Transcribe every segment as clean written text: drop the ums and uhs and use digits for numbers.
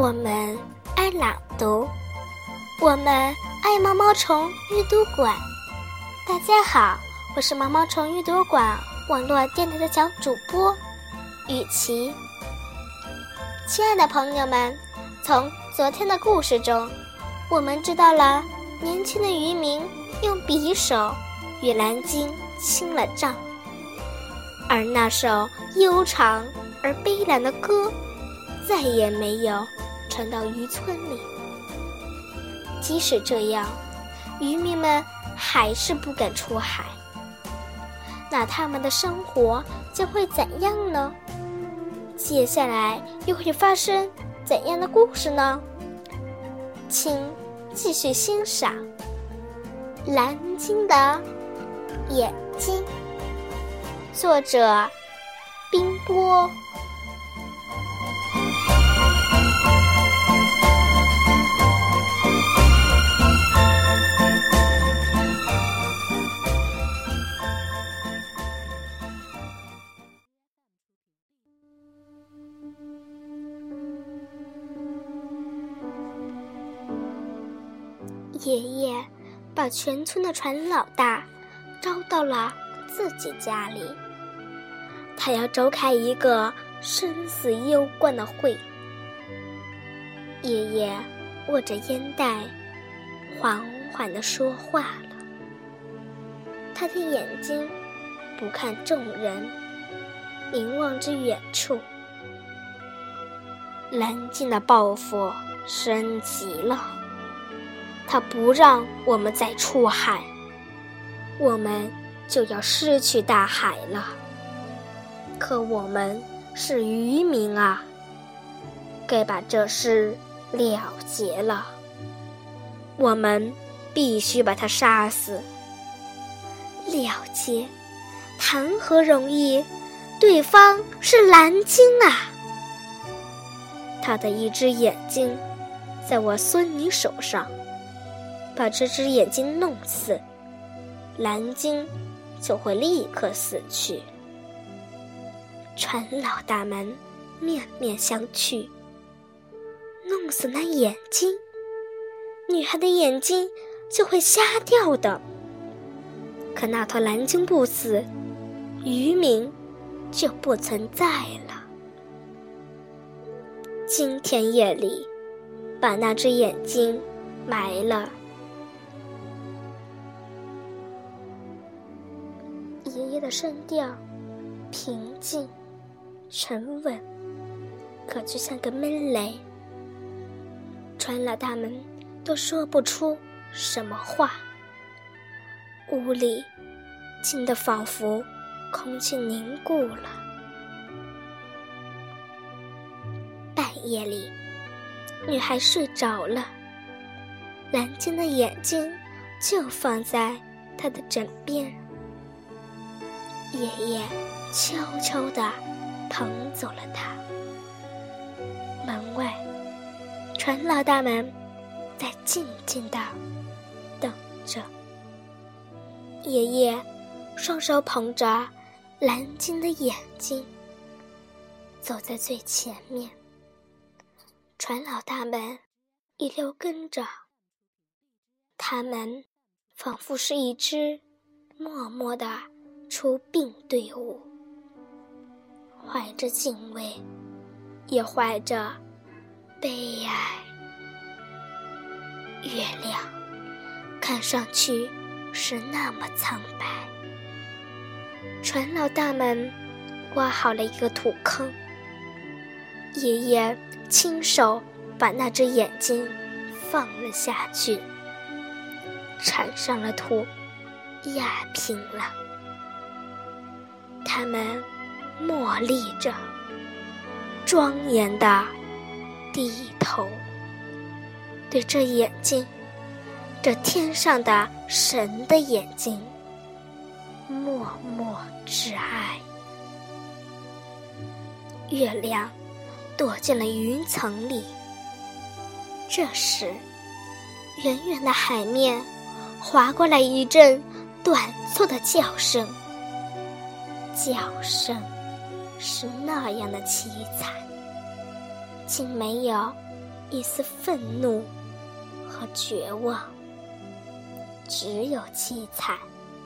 我们爱朗读，我们爱毛毛虫阅读馆。大家好，我是毛毛虫阅读馆网络电台的小主播雨琪。亲爱的朋友们，从昨天的故事中，我们知道了年轻的渔民用匕首与蓝鲸清了账，而那首悠长而悲凉的歌再也没有传到渔村里。即使这样，渔民们还是不敢出海。那他们的生活将会怎样呢？接下来又会发生怎样的故事呢？请继续欣赏《蓝鲸的眼睛》，作者冰波。爷爷把全村的船老大招到了自己家里，他要召开一个生死攸关的会。爷爷握着烟袋，缓缓地说话了。他的眼睛不看众人，凝望着远处。蓝鲸的报复升级了，他不让我们再出海，我们就要失去大海了。可我们是渔民啊，该把这事了结了。我们必须把他杀死。了结？谈何容易？对方是蓝鲸啊！他的一只眼睛在我孙女手上，把这只眼睛弄死，蓝鲸就会立刻死去。船老大们面面相觑，弄死那眼睛，女孩的眼睛就会瞎掉的。可那头蓝鲸不死，渔民就不存在了。今天夜里，把那只眼睛埋了。爷爷的声调平静沉稳，可就像个闷雷。船老大们都说不出什么话，屋里静得仿佛空气凝固了。半夜里，女孩睡着了，蓝鲸的眼睛就放在她的枕边。爷爷悄悄地捧走了她。门外，船老大们在静静地等着。爷爷双手捧着蓝鲸的眼睛，走在最前面。船老大们一溜跟着，他们仿佛是一支默默的出殡队伍，怀着敬畏，也怀着悲哀。月亮看上去是那么苍白。船老大们挖好了一个土坑，爷爷亲手把那只眼睛放了下去，铲上了土，压平了。他们默立着，庄严地低头，对这眼睛，这天上的神的眼睛，默默致哀。月亮躲进了云层里。这时，远远的海面划过来一阵短促的叫声，叫声是那样的凄惨，竟没有一丝愤怒和绝望，只有凄惨。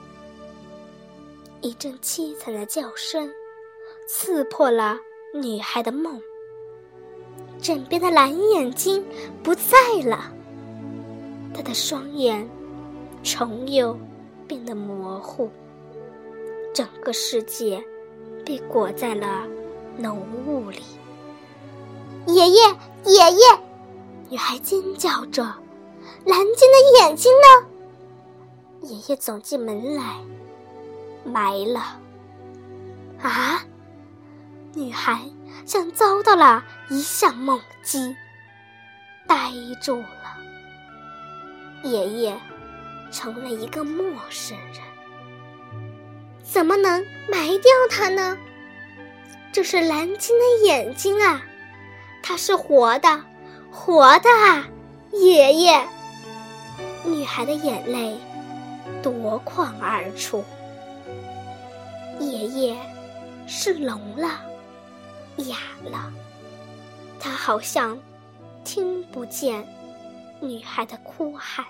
一阵凄惨的叫声刺破了女孩的梦，枕边的蓝眼睛不在了，她的双眼重又变得模糊，整个世界被裹在了浓雾里。爷爷，爷爷！女孩尖叫着，蓝鲸的眼睛呢？爷爷走进门来，埋了。啊！女孩像遭到了一项猛击，呆住了。爷爷成了一个陌生人，怎么能埋掉它呢？这是蓝鲸的眼睛啊，它是活的，活的啊，爷爷！女孩的眼泪夺眶而出。爷爷是聋了，哑了，他好像听不见女孩的哭喊。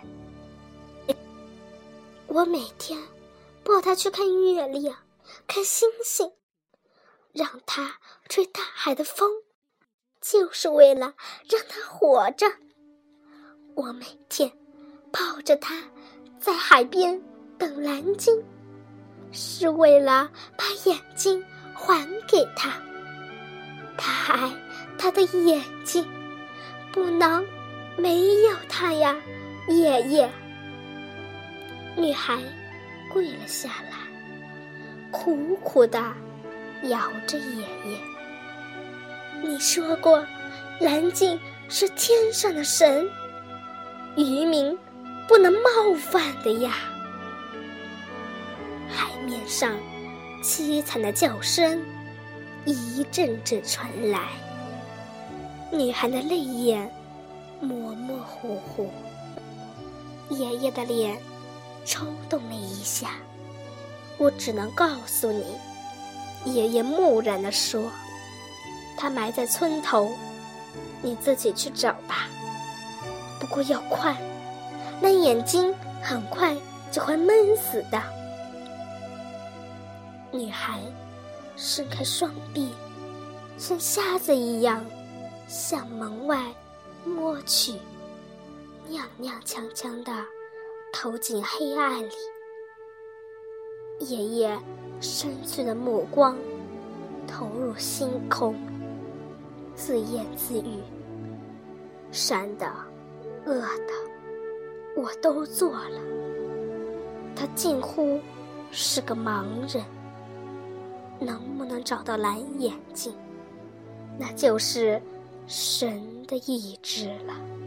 我每天抱她去看月亮，看星星，让她吹大海的风，就是为了让她活着。我每天抱着她在海边等蓝鲸，是为了把眼睛还给她。她爱她的眼睛，不能没有她呀，爷爷。女孩跪了下来，苦苦地摇着爷爷。你说过，蓝鲸是天上的神，渔民不能冒犯的呀。海面上凄惨的叫声一阵阵传来，女孩的泪眼模模糊糊，爷爷的脸抽动了一下。我只能告诉你，爷爷木然地说，他埋在村头，你自己去找吧，不过要快，那眼睛很快就会闷死的。女孩伸开双臂，像瞎子一样向门外摸去，踉踉跄跄地投进黑暗里。爷爷深邃的目光投入星空，自言自语，善的恶的我都做了。他近乎是个盲人，能不能找到蓝眼睛，那就是神的意志了。